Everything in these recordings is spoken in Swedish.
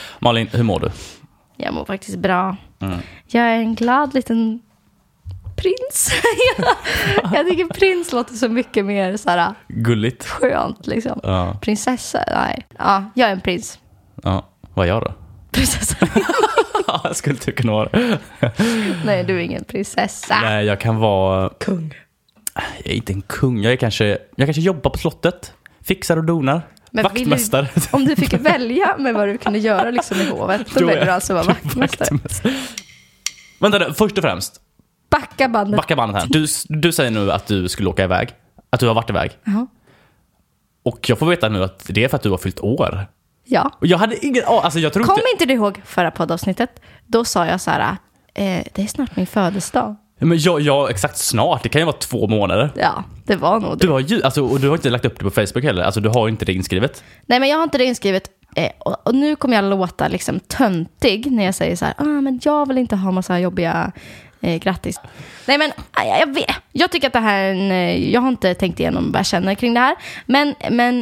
Malin, hur mår du? Jag mår faktiskt bra. Jag är en glad liten prins. Jag tycker prins låter så mycket mer såhär Gulligt. skönt liksom. Ja. Prinsessa, nej. Ja, jag är en prins. Ja, vad är jag då? Prinsessa. Jag skulle inte kunna vara det. Nej, du är ingen prinsessa. Nej, jag kan vara... Kung. Jag är inte en kung. Jag kanske jobbar på slottet. Fixar och donar. Men vaktmästare. Om du fick välja med vad du kunde göra liksom i hovet, då väljer du alltså vara vaktmästare. Vänta nu, först och främst. Backa bandet här. Du säger nu att du skulle åka iväg. Att du har varit iväg. Uh-huh. Och jag får veta nu att det är för att du har fyllt år. Ja. Och jag hade ingen... Alltså jag tror Kom inte du ihåg förra poddavsnittet? Då sa jag så här, det är snart min födelsedag. Men jag exakt snart. Det kan ju vara 2 månader. Ja, det var nog det. Och du har inte lagt upp det på Facebook heller. Alltså du har inte det inskrivet. Nej, men jag har inte det inskrivet. Och nu kommer jag låta liksom töntig när jag säger så här, men jag vill inte ha massa jobbiga grattis. Nej, men jag vet. Jag tycker att det här jag har inte tänkt igenom vad jag känner kring det här. Men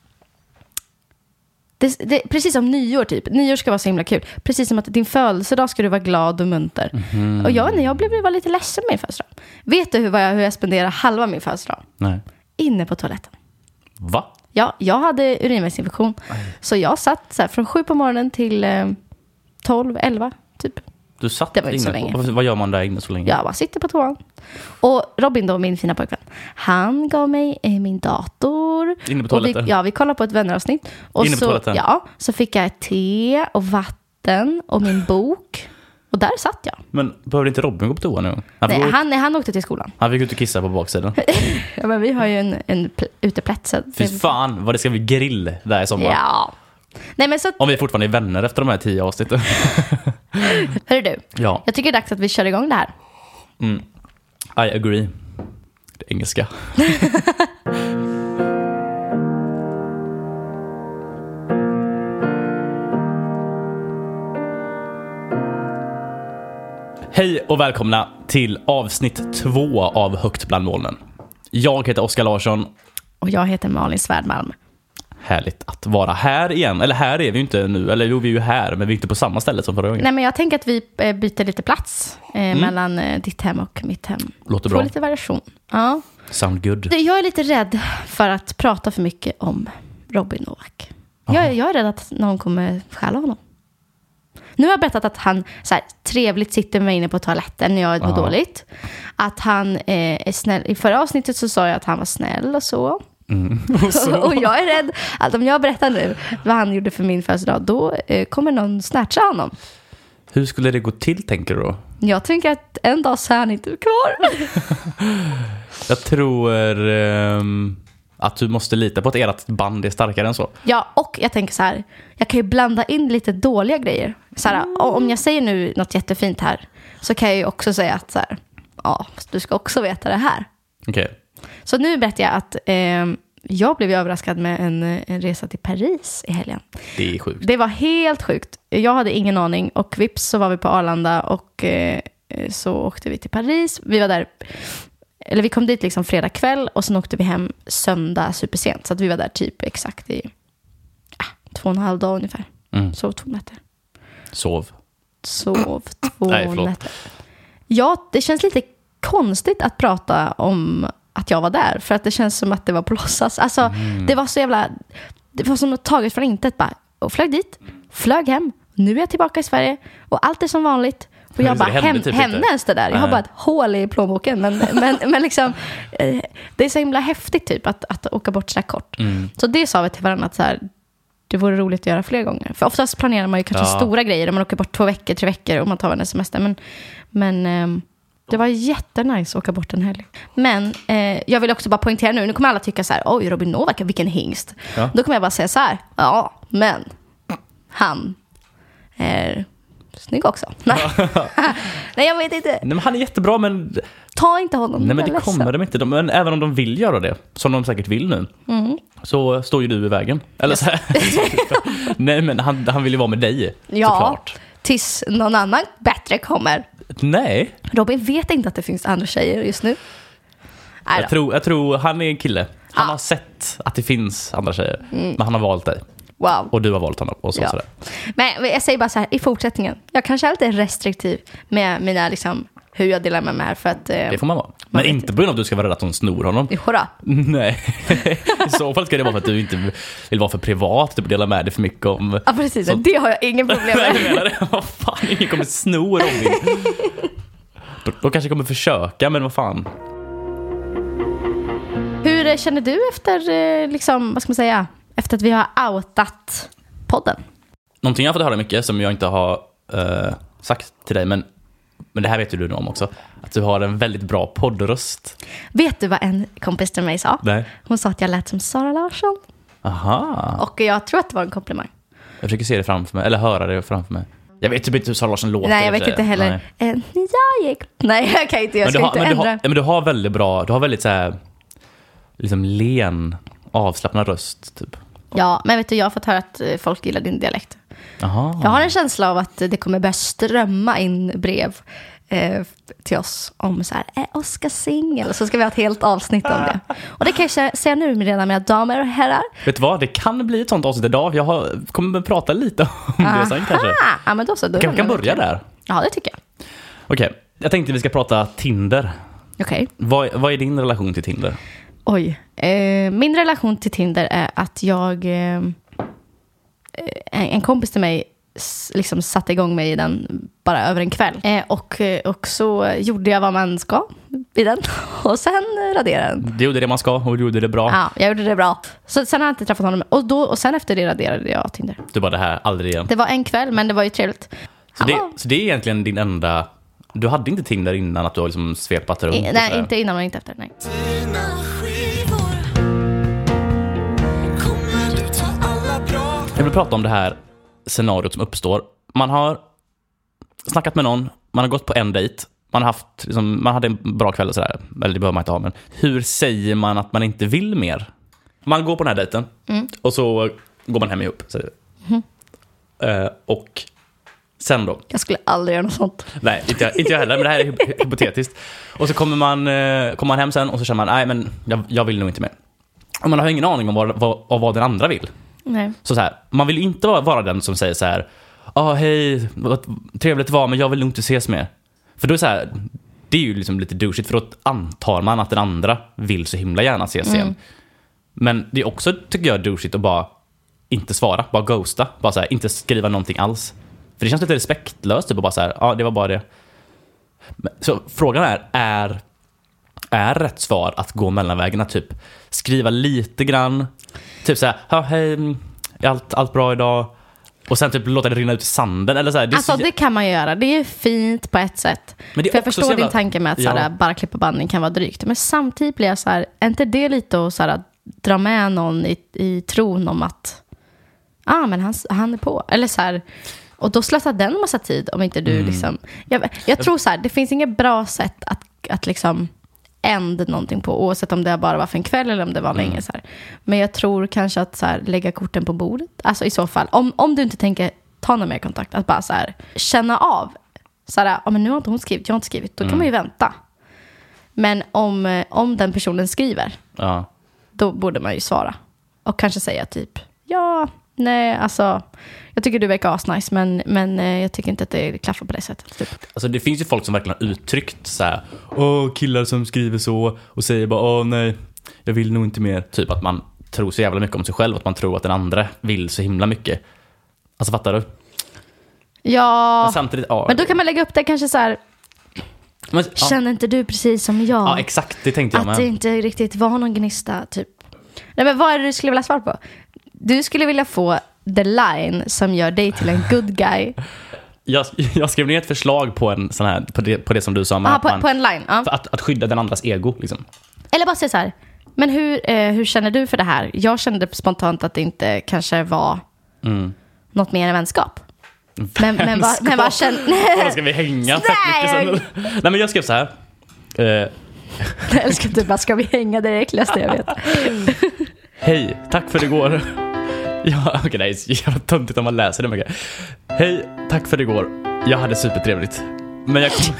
det precis som nyår typ. Nyår ska vara så himla kul. Precis som att din födelsedag ska du vara glad och munter. Mm. Och jag blev bara lite ledsen med min födelsedag. Vet du hur jag spenderar halva min födelsedag? Nej. Inne på toaletten. Va? Ja, jag hade urinvägsinfektion. Så jag satt så här, från 7 på morgonen till 12, 11 typ. Du satt det var inte inne så länge. Vad gör man där inne så länge? Jag bara sitter på toan. Och Robin då, min fina pojkvän, han gav mig min dator. Inne på toaletten? Vi kollade på ett vänneravsnitt. Och inne på toaletten? Ja, så fick jag ett te och vatten och min bok. Och där satt jag. Men behövde inte Robin gå på toa nu? Han åkte till skolan. Han fick ut och kissa på baksidan. Ja, men vi har ju en uteplätt. Fy fan, vad det ska bli grill där i sommar. Ja. Nej, men så... Om vi fortfarande är vänner efter de här 10 avsnitten. Hörru du, ja. Jag tycker det är dags att vi kör igång det här. I agree. Det är engelska. Hej och välkomna till avsnitt 2 av Högt bland molnen. Jag heter Oskar Larsson. Och jag heter Malin Svärdmalm. Härligt att vara här igen. Eller här är vi ju inte nu. Eller jo, vi är ju här, men vi är inte på samma ställe som förra gången. Nej, men jag tänker att vi byter lite plats mellan ditt hem och mitt hem. Låter bra. Få lite variation. Ja. Sound good. Jag är lite rädd för att prata för mycket om Robin Novak. Jag är rädd att någon kommer stjäla honom. Nu har jag berättat att han så här, trevligt sitter med mig inne på toaletten när jag mår dåligt. Att han är snäll. I förra avsnittet så sa jag att han var snäll och så. Och jag är rädd att om jag berättar nu vad han gjorde för min födelsedag, då kommer någon snatcha honom. Hur skulle det gå till, tänker du då? Jag tänker att en dag så är han inte kvar. Jag tror att du måste lita på att ert band är starkare än så. Ja, och jag tänker så här, jag kan ju blanda in lite dåliga grejer. Så här, om jag säger nu något jättefint här, så kan jag ju också säga att så här, du ska också veta det här. Okej. Så nu berättar jag att jag blev överraskad med en resa till Paris i helgen. Det är sjukt. Det var helt sjukt. Jag hade ingen aning, och vips så var vi på Arlanda och så åkte vi till Paris. Vi var där, eller vi kom dit liksom fredag kväll och sen åkte vi hem söndag supersent. Så att vi var där typ exakt i 2,5 dagar ungefär. Sov 2 nätter. Sov 2 nätter. Ja, det känns lite konstigt att prata om att jag var där, för att det känns som att det var på låtsas. Alltså, det var så jävla... Det var som något taget från intet bara. Och flög dit, flög hem. Nu är jag tillbaka i Sverige och allt är som vanligt. Och jag bara, hände ens det där? Jag har bara ett hål i plånboken. Men liksom, det är så himla häftigt typ att åka bort så här kort. Så det sa vi till varandra att så här, det vore roligt att göra fler gånger. För oftast planerar man ju kanske stora grejer. Om man åker bort 2 veckor, 3 veckor och man tar en semester. Men det var jättenice att åka bort en helg. Men jag vill också bara poängtera nu kommer alla tycka så här, oj, Robin Novak, vilken hingst. Då kommer jag bara säga så här, men han är snygg också. Nej, jag vet inte. Nej, men han är jättebra, men... Ta inte honom. Nej, men det kommer de inte. Men även om de vill göra det, som de säkert vill nu, så står ju du i vägen. Eller så här. Nej, men han vill ju vara med dig, såklart. Tills någon annan bättre kommer. Nej. Robin vet inte att det finns andra tjejer just nu. Jag tror han är en kille. Han har sett att det finns andra tjejer. Men han har valt dig. Wow. Och du har valt honom och så, sådär. Men jag säger bara så här, i fortsättningen. Jag kanske är lite restriktiv med mina liksom, hur jag delar med mig här. För att, det får man vara. Men inte på grund av att du ska vara rädd att hon snor honom. Jodå. Nej. I så fall ska det vara för att du inte vill vara för privat. Du delar med dig för mycket om... Ja, precis. Så... Det har jag ingen problem med. Nej, det. Vad fan, ingen kommer sno Robin. De kanske kommer försöka, men vad fan. Hur känner du efter, liksom, vad ska man säga, efter att vi har outat podden? Någonting jag har fått höra mycket som jag inte har sagt till dig, men det här vet ju du om också. Att du har en väldigt bra poddröst. Vet du vad en kompis till mig sa? Nej. Hon sa att jag lät som Sara Larsson. Aha. Och jag tror att det var en komplimang. Jag försöker se det framför mig, eller höra det framför mig. Jag vet typ inte hur Sara Larsson låter. Nej, jag vet inte heller. Nej, jag kan inte. Jag ska inte ändra. Men du har väldigt bra, du har väldigt så här, liksom len, avslappnad röst typ. Ja, men vet du, jag har fått höra att folk gillar din dialekt. Aha. Jag har en känsla av att det kommer börja strömma in brev till oss om så här, Oskar singel? Så ska vi ha ett helt avsnitt om det. Och det kan jag säga nu redan med damer och herrar. Vet du vad, det kan bli ett sånt avsnitt idag. Jag kommer att prata lite om det sen kanske. Ja, men då så. Då kan börja där. Ja, det tycker jag. Okej, jag tänkte vi ska prata Tinder. Okej. Vad är din relation till Tinder? Oj, min relation till Tinder är att en kompis till mig liksom satte igång mig i den bara över en kväll. Och så gjorde jag vad man ska i den. Och sen raderade den. Du gjorde det man ska och du gjorde det bra. Ja, jag gjorde det bra. Så sen har jag inte träffat honom. Och sen efter det raderade jag Tinder. Du bara, det här aldrig igen. Det var en kväll, men det var ju trevligt. Så det är egentligen din enda... Du hade inte Tinder innan att du har liksom svepat runt? Nej, inte innan och inte efter, nej. Jag vill prata om det här scenariot som uppstår. Man har snackat med någon, man har gått på en dejt, man hade en bra kväll och sådär, eller det behöver man inte ha, men hur säger man att man inte vill mer? Man går på den här dejten och så går man hem ihop. Och sen då? Jag skulle aldrig göra något sånt. Nej, inte jag heller, men det här är hypotetiskt. Och så kommer man hem sen och så känner man, nej men jag vill nog inte mer. Och man har ingen aning om vad den andra vill. Nej. Så här, man vill inte vara den som säger så här, hej, vad trevligt det var, men jag vill nog inte ses mer. För då är så här, det är ju liksom lite douchigt, för då antar man att den andra vill så himla gärna ses igen. Men det är också, tycker jag, douchigt att bara inte svara, bara ghosta, bara så här, inte skriva någonting alls. För det känns lite respektlöst typ, att bara så här, det var bara det. Så frågan är rätt svar att gå mellanvägen, att typ skriva lite grann, typ så här, hej, allt bra idag, och sen typ låta det rinna ut i sanden eller så här. Alltså det kan man göra, det är fint på ett sätt. Men det är för jag förstår din tanke med att så här, bara klippa bandning kan vara drygt, men samtidigt blir jag så här, är inte det lite att så här, dra med någon i tron om att men han är på, eller så här. Och då slösar den en massa tid om inte du liksom... Jag tror så här, det finns inget bra sätt att liksom ändra någonting på, oavsett om det bara var för en kväll eller om det var länge så här. Men jag tror kanske att så här, lägga korten på bordet. Alltså i så fall, om du inte tänker ta någon mer kontakt, att bara så här, känna av så här, men nu har inte hon skrivit, jag har inte skrivit, då kan man ju vänta. Men om den personen skriver, då borde man ju svara. Och kanske säga typ, nej, alltså jag tycker du verkar asnice, men jag tycker inte att det klaffar på det sättet typ. Alltså det finns ju folk som verkligen har uttryckt så här, killar som skriver så och säger bara, nej, jag vill nog inte mer. Typ att man tror så jävla mycket om sig själv, att man tror att den andra vill så himla mycket. Alltså fattar du? Ja, men samtidigt, men då kan man lägga upp det kanske så här. Känner inte du precis som jag? Ja, exakt, det tänkte jag med. Att det inte riktigt var någon gnista typ. Nej, men vad är det du skulle vilja svara på? Du skulle vilja få the line som gör dig till en good guy. Jag skrev ner ett förslag på en sån här, på det som du sa. På en line. För att skydda den andras ego liksom. Eller bara säga så här, men hur känner du för det här? Jag kände spontant att det inte kanske var något mer än vänskap. Men vad känner... Då ska vi hänga fett mycket sen. Nej, men jag skrev så här. Jag älskar typ bara, ska vi hänga, det äckligaste jag vet. Hej, tack för igår. Ja, okej, det är så jävla töntigt om man läser det mycket. Hej, tack för igår. Jag hade supertrevligt. Men jag kom...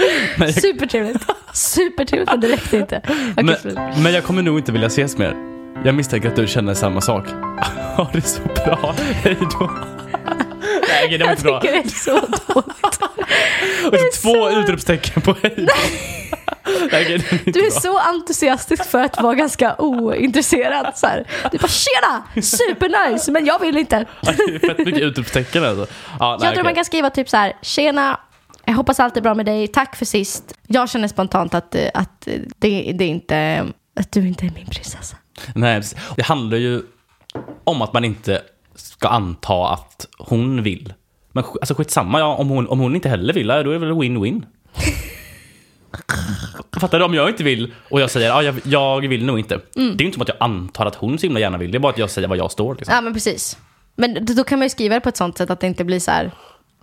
Supertrevligt, men det räckte inte. Men jag kommer nog inte vilja ses mer. Jag misstänker att du känner samma sak. Ja, det är så bra. Hej då. Nej, det var inte bra. Jag tycker det är så dåligt. Och så 2 utropstecken på hej då. Nej, du är så entusiastisk för att vara ganska ointresserad så här. Du bara, tjena, supernice, men jag vill inte. Det är fett mycket utropstecken alltså. Ja, jag tror man kan skriva typ så här: tjena, jag hoppas allt är bra med dig, tack för sist. Jag känner spontant att det är inte, att du inte är min prinsessa. Nej, det handlar ju om att man inte ska anta att hon vill. Men alltså skitsamma, ja, om hon inte heller vill, då är det väl win-win. Fattar du? Om jag inte vill och jag säger jag vill nog inte. Det är inte som att jag antar att hon så himla gärna vill. Det är bara att jag säger vad jag står liksom. Ja, men precis. Men då kan man ju skriva det på ett sånt sätt att det inte blir så här: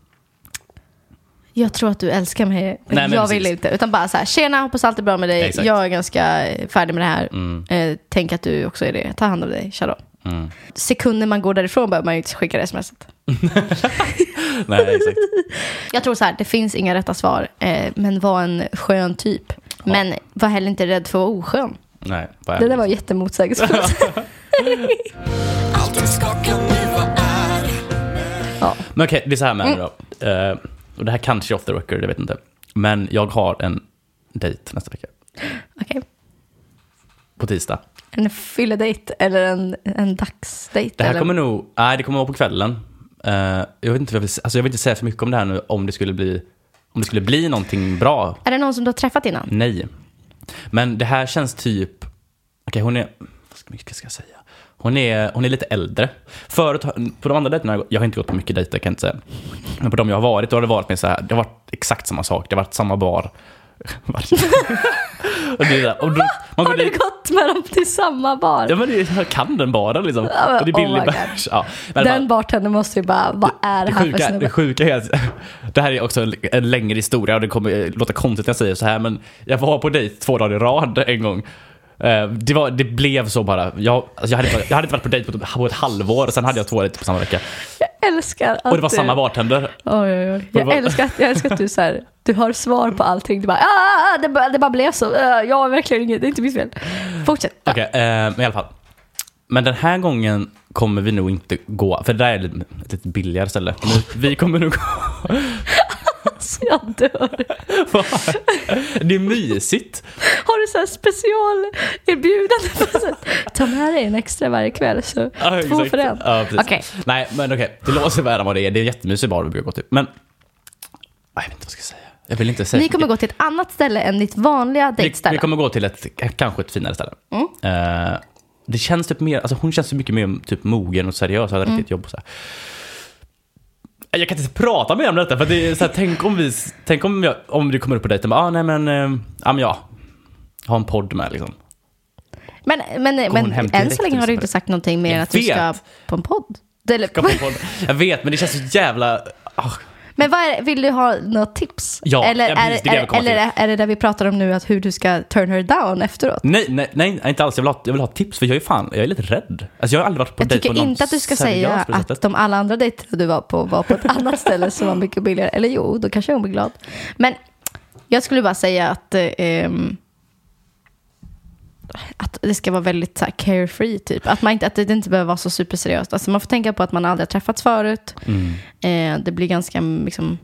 jag tror att du älskar mig, men jag vill inte. Utan bara så här: tjena, hoppas allt är bra med dig. Exakt. Jag är ganska färdig med det här. Tänk att du också är det. Ta hand om dig, tja. Sekunder man går därifrån behöver man ju inte skicka det smset. Nej, exakt. Jag tror så här: det finns inga rätta svar, men var en skön typ. Men var heller inte rädd för att vara oskön. Nej, det där var jättemotsägelsefullt. Allting ska kan nu vad är. Ja. Men okej, det är så här med henne då. Och det här kanske är off the record, jag vet inte. Men jag har en dejt nästa vecka. Okej. På tisdag. En fylledejt eller en dagsdejt? Det här eller? kommer nog... Nej, det kommer vara på kvällen. Jag vet inte, jag vill inte säga för mycket om det här nu. Om det skulle bli någonting bra. Är det någon som du har träffat innan? Nej. Men det här känns typ... Okej, hon är... Vad ska jag säga? Hon är lite äldre. Förut, på de andra dejterna, jag har inte gått på mycket dejter, kan jag inte säga. Men på de jag har varit, då har det varit med så här... Det har varit exakt samma sak. Det har varit samma bar. Och det är där. Och då, man har du gått med dem till samma bar? Ja, men jag kan den baren liksom. Ja, och det är billig bärs. Ja, den bartendern måste ju bara, vad är det här för snubbe? Det sjuka är att det här är också en längre historia och det kommer låta konstigt när jag säger så här, men jag var på dejt 2 dagar i rad en gång. Det blev så bara. Jag hade inte varit på dejt på ett halvår och sen hade jag 2 dejter på samma vecka. Jag älskar att och det var samma bartender. Oj. Jag älskar att du så här, du har svar på allting. Du bara, det bara blev så. Jag har verkligen inget, det är inte mitt fel. Fortsätt. Okej, men i alla fall. Men den här gången kommer vi nog inte gå, för det där är ett lite billigare ställe. Vi kommer nog gå. Så jag dör. Det är mysigt. Har du så här special erbjudande? Ta med dig en extra varje kväll, så 2 för en. Ja, okay. Nej, men okej. Det låter värre vad det är. Det är jättemysigt bara vi brukar gå till. Men jag vet inte vad jag ska säga. Jag vill inte säga. Ni kommer gå till ett annat ställe än ditt vanliga dejtställe. Vi kommer gå till kanske ett finare ställe. Det känns typ mer, alltså hon känns så mycket mer typ mogen och seriös, hade riktigt jobb och så här. Jag kan inte prata mer om detta, för det är så här, tänk om du kommer upp på dejten och bara, jag har en podd med liksom. Men än så länge har du inte sagt någonting mer att du ska på en podd. Jag vet, men det känns så jävla... Men vill du ha några tips? Ja, eller är det där vi pratar om nu, att hur du ska turn her down efteråt? Nej, inte alls. Jag vill ha tips, för jag är lite rädd. Alltså jag har aldrig varit på dejt på någon. Jag tycker inte att du ska säga att de alla andra dejter du var på ett annat ställe som var mycket billigare. Eller jo, då kanske hon blir glad. Men jag skulle bara säga att det ska vara väldigt så här, carefree typ. Att det inte behöver vara så superseriöst. Alltså man får tänka på att man aldrig har träffats förut. Det blir ganska liksom,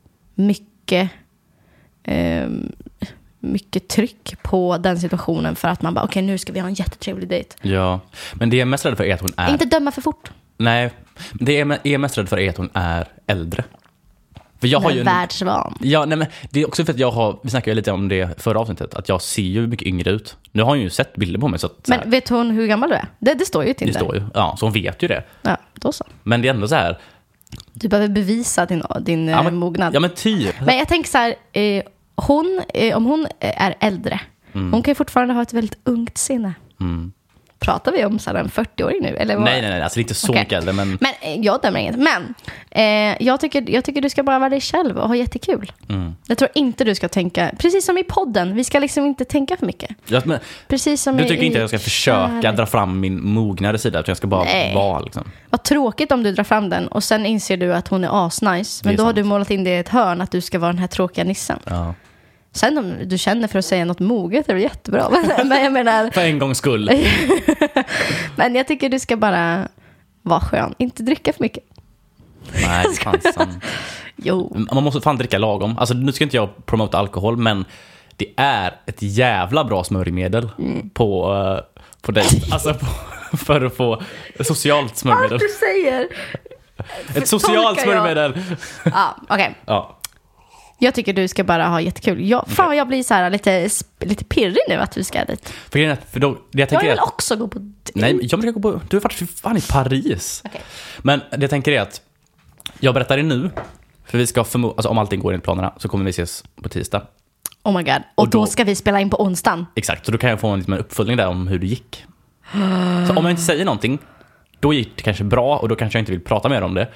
mycket tryck på den situationen, för att man bara, okej, nu ska vi ha en jättetrevlig dejt. Ja, men det är mest rädd för är att hon är... Inte döma för fort. Nej, det är mest rädd för är att hon är äldre. För jag har ju världsvan. Ja, nej, men det är också för att vi snackade lite om det förra avsnittet, att jag ser ju mycket yngre ut. Nu har hon ju sett bilder på mig, så att, men vet hon hur gammal du är? Det står ju till det står ju. Ja, så hon vet ju det. Ja, då så. Men det är ändå så här, du behöver bevisa din mognad. Ja, men typ. Men jag tänker så här, om hon är äldre, hon kan ju fortfarande ha ett väldigt ungt sinne. Pratar vi om sådär en 40-åring nu? Eller vad? Nej, alltså inte så mycket äldre. Men jag dömer inget. Men jag tycker du ska bara vara dig själv och ha jättekul. Jag tror inte du ska tänka, precis som i podden, vi ska liksom inte tänka för mycket. Ja, men, precis som du tycker inte att jag ska försöka dra fram min mognare sida, utan jag ska bara vara liksom. Vad tråkigt om du drar fram den och sen inser du att hon är asnice. Men då har du målat in det i ett hörn, att du ska vara den här tråkiga nissen. Ja. Sen om du känner för att säga något moget är det jättebra. Men jag menar... För en gångs skull. Men jag tycker du ska bara vara skön. Inte dricka för mycket. Nej, det är fan sant. Jo. Man måste fan dricka lagom. Alltså nu ska inte jag promota alkohol, men det är ett jävla bra smörjmedel på dig. Alltså för att få socialt smörjmedel. Allt du säger. Ett socialt smörjmedel. Ja, okej. Ja. Jag tycker du ska bara ha jättekul. Fan, jag blir så här lite pirrig nu att du ska dit. För då, det jag tänker jag vill också gå på... Nej, jag vill gå på... Du är faktiskt fan i Paris. Okay. Men det jag tänker är att jag berättar det nu. För vi ska alltså om allting går enligt planerna så kommer vi ses på tisdag. Oh my god. Och då ska vi spela in på onsdagen. Exakt, så då kan jag få en uppföljning där om hur det gick. Så om jag inte säger någonting, då gick det kanske bra och då kanske jag inte vill prata mer om det.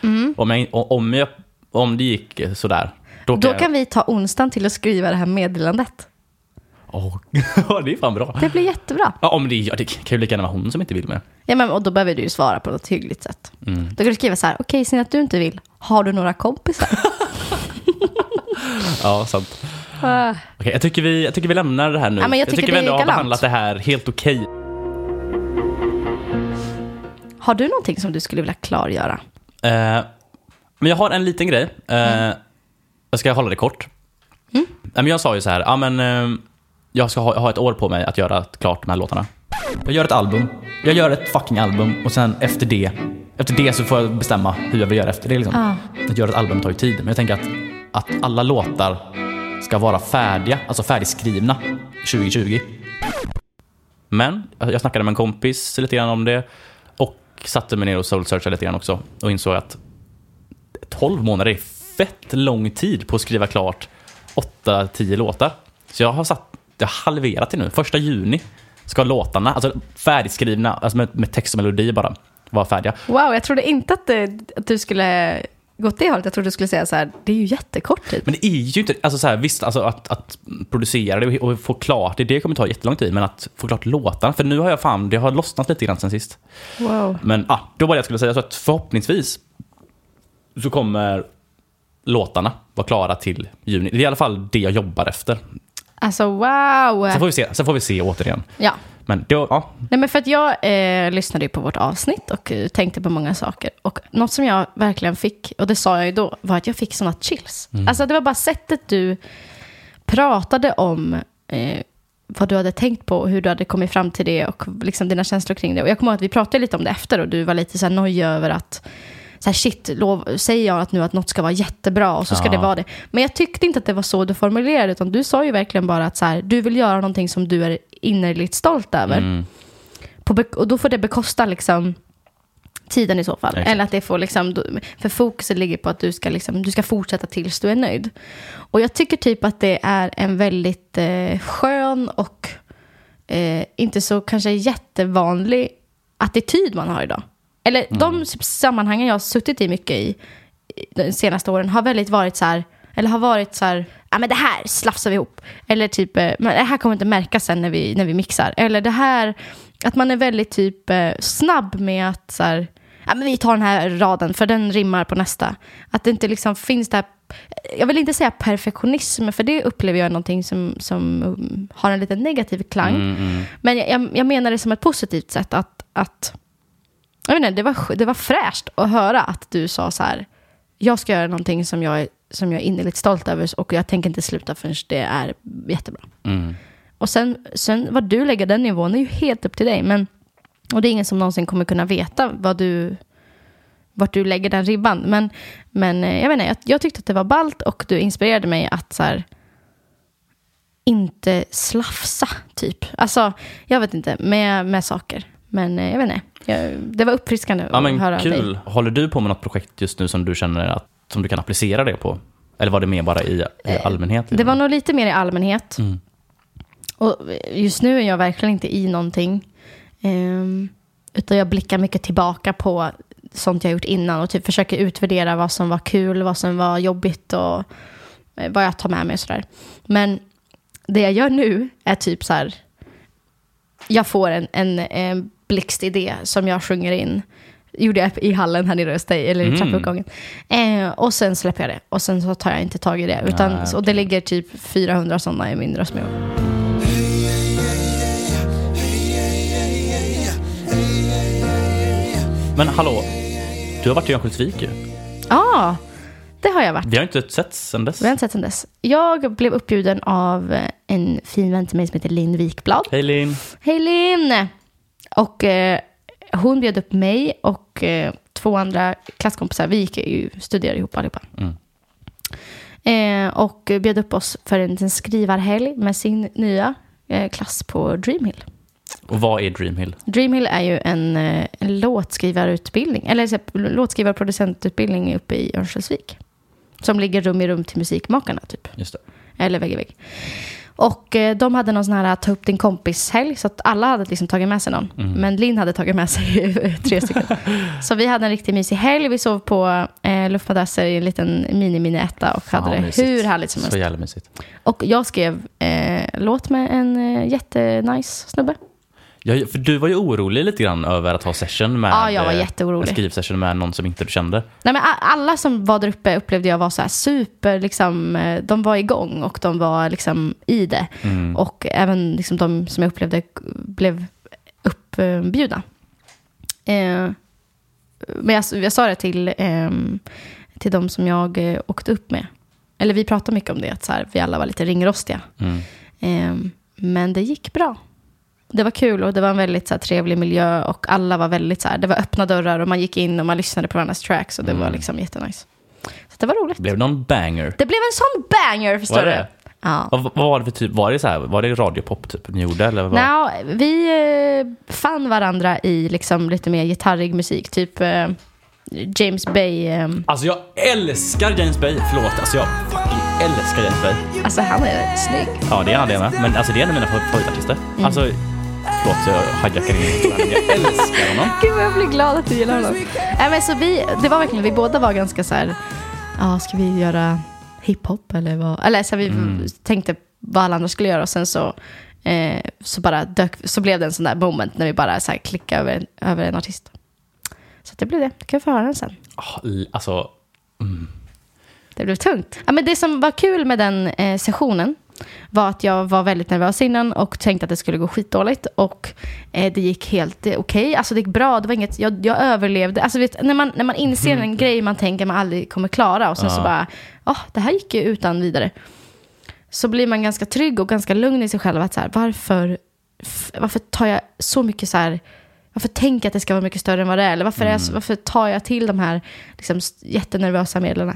Om det gick sådär, då kan vi ta onsdagen till att skriva det här meddelandet. Det är fan bra. Det blir jättebra. Ja, det kan ju lika gärna vara hon som inte vill med. Ja, men och då behöver du ju svara på något hyggligt sätt. Då kan du skriva så här: okej, sen att du inte vill, har du några kompisar? Ja, sant. Okej, jag tycker vi lämnar det här nu. Ja, men jag tycker vi ändå har galant. behandlat det här helt okej. Har du någonting som du skulle vilja klargöra? Men jag har en liten grej. Jag ska hålla det kort. Men jag sa ju så här, jag ska ha ett år på mig att göra klart de här låtarna. Jag gör ett album. Jag gör ett fucking album. Och sen efter det så får jag bestämma hur jag vill göra efter det liksom. Att göra ett album tar ju tid. Men jag tänker att alla låtar ska vara färdiga, alltså färdigskrivna 2020. Men jag snackade med en kompis lite grann om det och satte mig ner och soul-searchade lite grann också och insåg att 12 månader är fett lång tid på att skriva klart 8-10 låtar. Så jag har halverat det nu. 1 juni ska låtarna, alltså färdigskrivna, alltså med text och melodi bara vara färdiga. Wow, jag trodde inte att du skulle gått det hållet. Jag trodde du skulle säga så här: det är ju jättekort tid. Men det är ju inte, alltså så här, visst, alltså att producera det och få klart det kommer ta jättelång tid, men att få klart låtarna, för nu har det har lossnat lite grann sen sist. Wow. Men då var det jag skulle säga, så att förhoppningsvis så kommer låtarna vara klara till juni. Det är i alla fall det jag jobbar efter. Alltså wow. Sen får vi se återigen. Ja. Men då, ja. Nej, men för att jag lyssnade ju på vårt avsnitt och tänkte på många saker. Och något som jag verkligen fick, och det sa jag ju då, var att jag fick såna chills. Alltså det var bara sättet du pratade om vad du hade tänkt på och hur du hade kommit fram till det och liksom dina känslor kring det. Och jag kommer ihåg att vi pratade lite om det efter och du var lite så här nojig över att så här, shit, säger jag att nu att något ska vara jättebra och så ska det vara det. Men jag tyckte inte att det var så du formulerade, utan du sa ju verkligen bara att så här, du vill göra någonting som du är innerligt stolt över. Och då får det bekosta liksom tiden i så fall. Exakt. Eller att det får liksom, för fokuset ligger på att du ska fortsätta tills du är nöjd. Och jag tycker typ att det är en väldigt skön och inte så kanske jättevanlig attityd man har idag. Eller de sammanhangen jag har suttit i mycket i de senaste åren har väldigt varit så här, eller har varit så här, ja men det här slafsar vi ihop. Eller typ, men det här kommer inte märkas sen när vi mixar. Eller det här, att man är väldigt typ snabb med att så här, ja men vi tar den här raden för den rimmar på nästa. Att det inte liksom finns det här, jag vill inte säga perfektionism, för det upplever jag någonting som har en lite negativ klang. Men jag menar det som ett positivt sätt att jag vet inte, det var fräscht att höra att du sa så här: jag ska göra någonting som jag är innerligt stolt över och jag tänker inte sluta förrän det är jättebra. Och sen vad du lägger den nivån är ju helt upp till dig, och det är ingen som någonsin kommer kunna veta vart du lägger den ribban, men jag vet inte, jag tyckte att det var ballt och du inspirerade mig att så här, inte slafsa typ, alltså jag vet inte, med saker. Men jag vet inte, det var uppfriskande att höra kul. dig. Håller du på med något projekt just nu som du känner som du kan applicera det på? Eller var det mer bara i allmänhet? Det var nog lite mer i allmänhet. Och just nu är jag verkligen inte i någonting. Utan jag blickar mycket tillbaka på sånt jag gjort innan och typ försöker utvärdera vad som var kul, vad som var jobbigt och vad jag tar med mig och sådär. Men det jag gör nu är typ så här, jag får en blixtidé som jag sjunger in gjorde jag i hallen här nere hos dig, eller i trappuppgången. Och sen släpper jag det. Och sen så tar jag inte tag i det. Utan, och det ligger typ 400 sådana i min röstmemo. Men hallå, du har varit i Örnsköldsvik ju. Ja, det har jag varit. Vi har inte sett sen dess. Vi har inte sett sen dess. Jag blev uppbjuden av en fin vän till mig som heter Linn Wikblad. Hej Linn. Hej Linn! Och hon bjöd upp mig och 2 andra klasskompisar. Vi gick ju studerade ihop allihopa. Och bjöd upp oss för en skrivarhelg med sin nya klass på Dreamhill. Och vad är Dreamhill? Dreamhill är ju en låtskrivarutbildning, eller låtskrivarproducentutbildning uppe i Örnsköldsvik. Som ligger rum i rum till musikmakarna typ. Just det. Eller vägg i vägg. Och de hade någon sån här ta upp din kompis helg, så att alla hade liksom tagit med sig någon. Men Linn hade tagit med sig 3 stycken. Så vi hade en riktigt mysig helg. Vi sov på luftmadrasser i en liten mini-etta och hade det mysigt. hur härligt som helst. Så jävla mysigt. Och jag skrev låt med en jättenice snubbe. Ja, för du var ju orolig lite grann över att ha session med... Ja, jag var jätteorolig. En skrivsession med någon som inte du kände. Nej, men alla som var där uppe upplevde jag var så här super, liksom, de var igång och de var liksom i det. Och även liksom de som jag upplevde blev uppbjudna. Men jag sa det till de som jag åkte upp med. Eller vi pratade mycket om det, att så här, vi alla var lite ringrostiga. Men det gick bra. Det var kul och det var en väldigt så här, trevlig miljö och alla var väldigt så här, det var öppna dörrar och man gick in och man lyssnade på varandras tracks och det var liksom jättenice. Så det var roligt. Blev det någon banger? Det blev en sån banger, förstår du? Ja. Vad var det för typ? Var det så här, var det radiopop typ ni gjorde eller vad? Vi fann varandra i liksom lite mer gitarrig musik, typ James Bay. Alltså jag älskar James Bay. Förlåt, alltså jag älskar James Bay. Alltså han är snygg. Ja, det är han det med. Men alltså det är en av mina favoritartister. Alltså, förlåt, jag hijackar in i men jag älskar honom. Gud, jag blir glad att du gillar honom. Men så det var verkligen, vi båda var ganska så här, ska vi göra hiphop eller vad? Eller så vi tänkte vad alla andra skulle göra och sen så bara så blev det en sån där moment när vi bara så här klickade över en artist. Så det blev det. Det kan vi få höra den sen. Alltså... Det blev tungt. Ja, men det som var kul med den sessionen var att jag var väldigt nervös innan och tänkte att det skulle gå skitdåligt. Och det gick helt okej. Alltså det gick bra. Det var inget, jag överlevde. Alltså vet, när man inser en grej man tänker man aldrig kommer klara. Och sen så bara, det här gick ju utan vidare. Så blir man ganska trygg och ganska lugn i sig själv. Att så här, varför tar jag så mycket så här... Varför tänker jag att det ska vara mycket större än vad det är? Eller varför tar jag till de här liksom, jättenervösa medlen?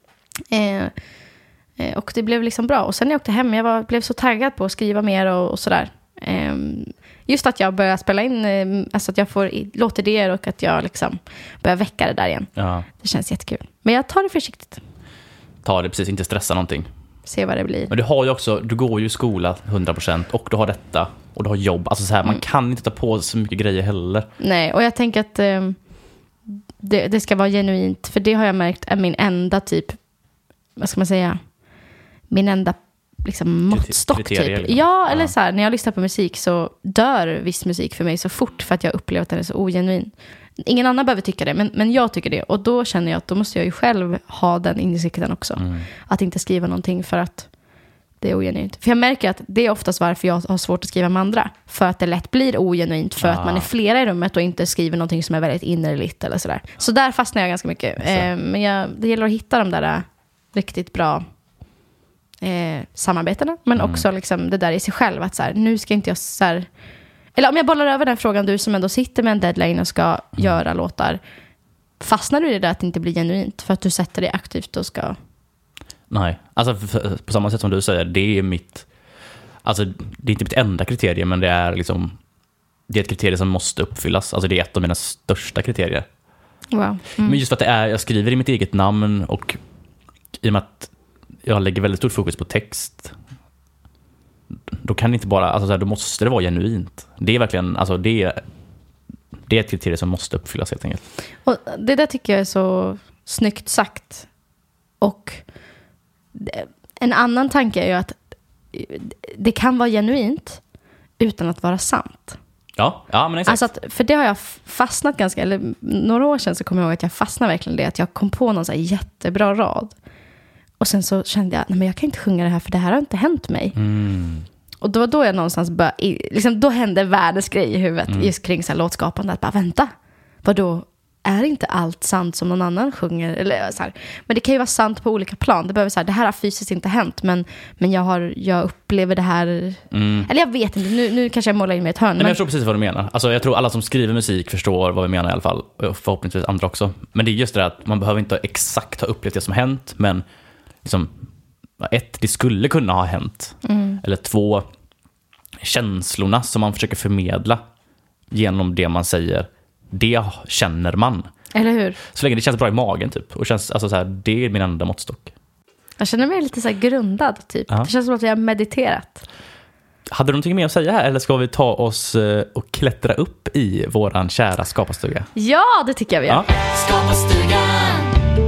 Och det blev liksom bra. Och sen när jag åkte hem, jag blev så taggad på att skriva mer och sådär. Just att jag börjar spela in, alltså att jag får låtidéer och att jag liksom börjar väcka det där igen. Ja. Det känns jättekul. Men jag tar det försiktigt. Ta det precis, inte stressa någonting. Se vad det blir. Men du har ju också, du går ju i skola 100% och du har detta och du har jobb. Alltså så här, man kan inte ta på så mycket grejer heller. Nej, och jag tänker att det ska vara genuint. För det har jag märkt är min enda typ, vad ska man säga, min enda liksom måttstock typ. Liksom. Ja, eller så här, när jag lyssnar på musik så dör viss musik för mig så fort för att jag upplever att den är så ogenuin. Ingen annan behöver tycka det, men jag tycker det. Och då känner jag att då måste jag ju själv ha den insikten också. Att inte skriva någonting för att det är ogenuint. För jag märker att det är oftast varför jag har svårt att skriva med andra. För att det lätt blir ogenuint. För att man är flera i rummet och inte skriver någonting som är väldigt innerligt eller sådär. Så där fastnar jag ganska mycket. Men det gäller att hitta de där riktigt bra samarbetena. Men också liksom det där i sig själv. Att så här, nu ska inte jag så här... Eller om jag bollar över den frågan, du som ändå sitter med en deadline och ska göra låtar. Fastnar du i det där att det inte blir genuint? För att du sätter det aktivt och ska... Nej, alltså på samma sätt som du säger, det är mitt... Alltså det är inte mitt enda kriterium, men det är liksom... Det är ett kriterium som måste uppfyllas. Alltså det är ett av mina största kriterier. Wow. Men just för att det är, jag skriver i mitt eget namn och i och med att jag lägger väldigt stort fokus på text, då kan det inte bara, alltså så här, då måste det vara genuint. Det är verkligen, alltså det är ett kriterium som måste uppfyllas helt enkelt. Och det där tycker jag är så snyggt sagt. Och en annan tanke är ju att det kan vara genuint utan att vara sant. Ja, men exakt. Alltså för det har jag fastnat ganska, eller några år sedan så kommer jag ihåg att jag fastnade verkligen det, att jag kom på någon så här jättebra rad. Och sen så kände jag, nej men jag kan inte sjunga det här för det här har inte hänt mig. Och då var då jag någonstans liksom, då hände världens grej i huvudet just kring så här låtskapande, att bara vänta, vadå? Är inte allt sant som någon annan sjunger? Eller så här. Men det kan ju vara sant på olika plan. Det behöver så här, det här har fysiskt inte hänt, men jag upplever det här. Eller jag vet inte, nu kanske jag målar in mig ett hörn. Men jag tror precis vad du menar. Alltså, jag tror alla som skriver musik förstår vad vi menar i alla fall. Och förhoppningsvis andra också. Men det är just det att man behöver inte exakt ha upplevt det som hänt. Men liksom, 1, det skulle kunna ha hänt. Eller 2, känslorna som man försöker förmedla genom det man säger. Det känner man. Eller hur? Så länge det känns bra i magen typ. Och känns, alltså, så här, det är min enda måttstock. Jag känner mig lite så här grundad typ. Ja. Det känns som att jag har mediterat. Hade du någonting mer att säga här? Eller ska vi ta oss och klättra upp i våran kära skaparstuga? Ja, det tycker jag vi gör. Ja. Skaparstugan.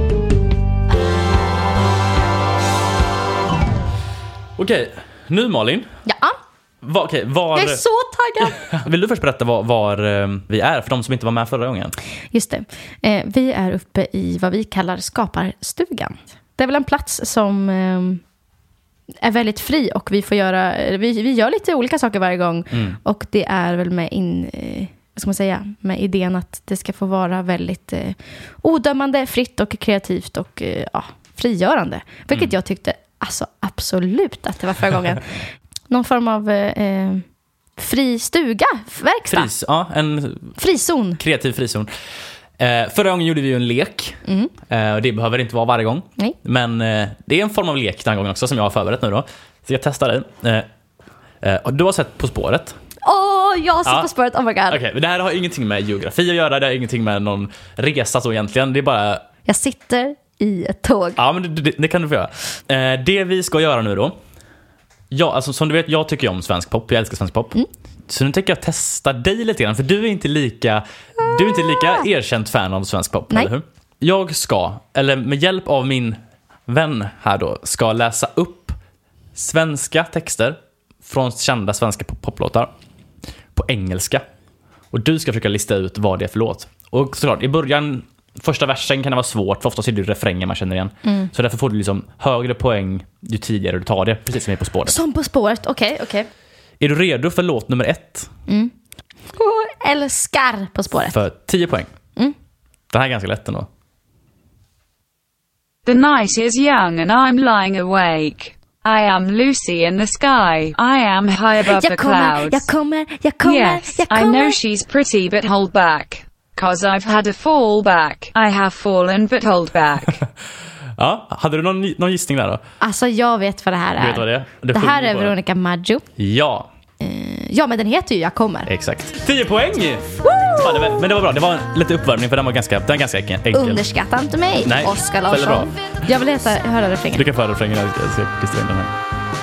Okej, nu Malin. Ja. Var... Jag är så taggad. Vill du först berätta var vi är för de som inte var med förra gången? Just det. Vi är uppe i vad vi kallar skaparstugan. Det är väl en plats som är väldigt fri och vi får göra, vi gör lite olika saker varje gång. Och det är väl med idén att det ska få vara väldigt odömande, fritt och kreativt och frigörande. Vilket jag tyckte alltså absolut att det var förra gången. Någon form av fri stuga, verkstad. En frizon. Kreativ frizon. Förra gången gjorde vi ju en lek. Det behöver inte vara varje gång. Nej. Men det är en form av lek den här gången också som jag har förberett nu då. Så jag testar dig. Du har sett På spåret. Jag har sett På spåret, oh my god. Okej, men det här har ingenting med geografi att göra. Det har ingenting med någon resa så egentligen. Det är bara... Jag sitter i ett tåg. Ja, men det kan du få göra. Det vi ska göra nu då. Ja, alltså som du vet, jag tycker om svensk pop. Jag älskar svensk pop. Så nu tänker jag testa dig lite grann. För du är inte lika erkänt fan av svensk pop. Nej. Eller hur? Jag ska, eller med hjälp av min vän här då, ska läsa upp svenska texter från kända svenska poplåtar på engelska. Och du ska försöka lista ut vad det är för låt. Och såklart, i början, första versen kan det vara svårt, för oftast är det refrängen man känner igen. Så därför får du liksom högre poäng ju tidigare du tar det, precis som är På spåret. Som På spåret, okej. Är du redo för låt nummer 1? Älskar På spåret. För 10 poäng. Den här är ganska lätt ändå. The night is young and I'm lying awake. I am Lucy in the sky. I am high above the clouds. Jag kommer. Yes, I know she's pretty but hold back. 'Cause I've had a fall back. I have fallen but hold back. Ja, hade du någon gissning där då? Alltså jag vet vad det här är. Du vet vad det är? Det här är Veronica Maggio. Ja. Ja, men den heter ju Jag kommer. Exakt. 10 poäng! Men det var bra, det var lite uppvärmning för den var ganska enkel. Underskatta inte mig, Nej, Oskar väldigt Larsson. bra. Jag vill höra refrängen. Du kan få höra refrängen, jag ska klistra in den här.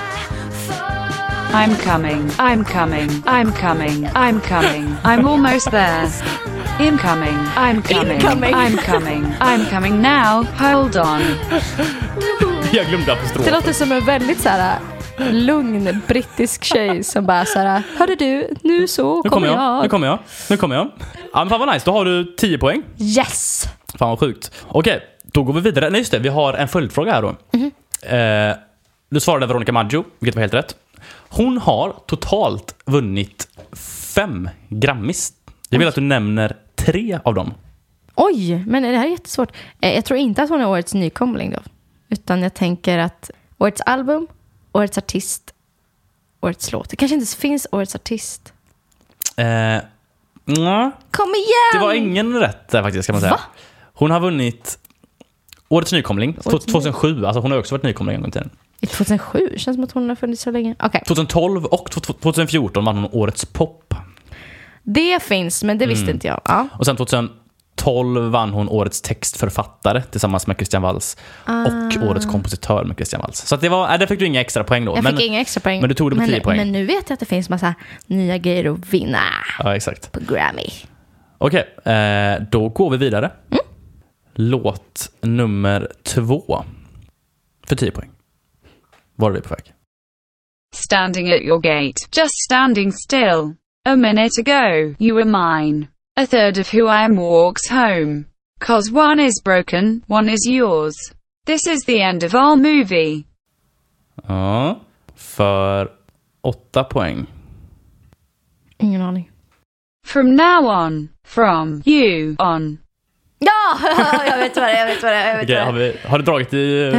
I'm coming, I'm coming, I'm coming, I'm coming, I'm almost there. Incoming, I'm coming, Incoming. I'm coming, I'm coming now, hold on. Jag glömde apostrof. Det låter som en väldigt så här lugn brittisk tjej som bara så här: hörde du, nu kommer jag. Ja, men fan vad nice, då har du 10 poäng. Yes! Fan vad sjukt. Okej, då går vi vidare. Nej just det, vi har en följdfråga här då. Du svarade Veronica Maggio, vilket var helt rätt. Hon har totalt vunnit 5 Grammis. Jag vill att du nämner 3 av dem. Oj, men det här är jättesvårt. Jag tror inte att hon är årets nykomling då. Utan jag tänker att årets album, årets artist, årets låt. Det kanske inte finns årets artist. Kom igen! Det var ingen rätt där faktiskt, kan man säga. Va? Hon har vunnit årets nykomling 2007. Alltså hon har också varit nykomling en gång i tiden. I 2007? Känns som att hon har funnits så länge. Okay. 2012 och 2014 vann hon årets pop. Det finns, men det visste inte jag. Ja. Och sen 2012 vann hon årets textförfattare tillsammans med Christian Waltz och årets kompositör med Christian Waltz. Så att där fick du inga extra poäng då. Jag fick inga extra poäng. Men du tog det på 10 poäng. Men nu vet jag att det finns massa nya grejer att vinna. Ja, exakt. På Grammy. Okej, då går vi vidare. Låt nummer 2 för 10 poäng. Var är vi på väg? Standing at your gate, just standing still. A minute ago, you were mine. A third of who I am walks home. 'Cause one is broken, one is yours. This is the end of our movie. Ja, för 8 poäng. Ingen aning. From now on. From you on. Ja, jag vet vad det är. Okej, har du dragit i...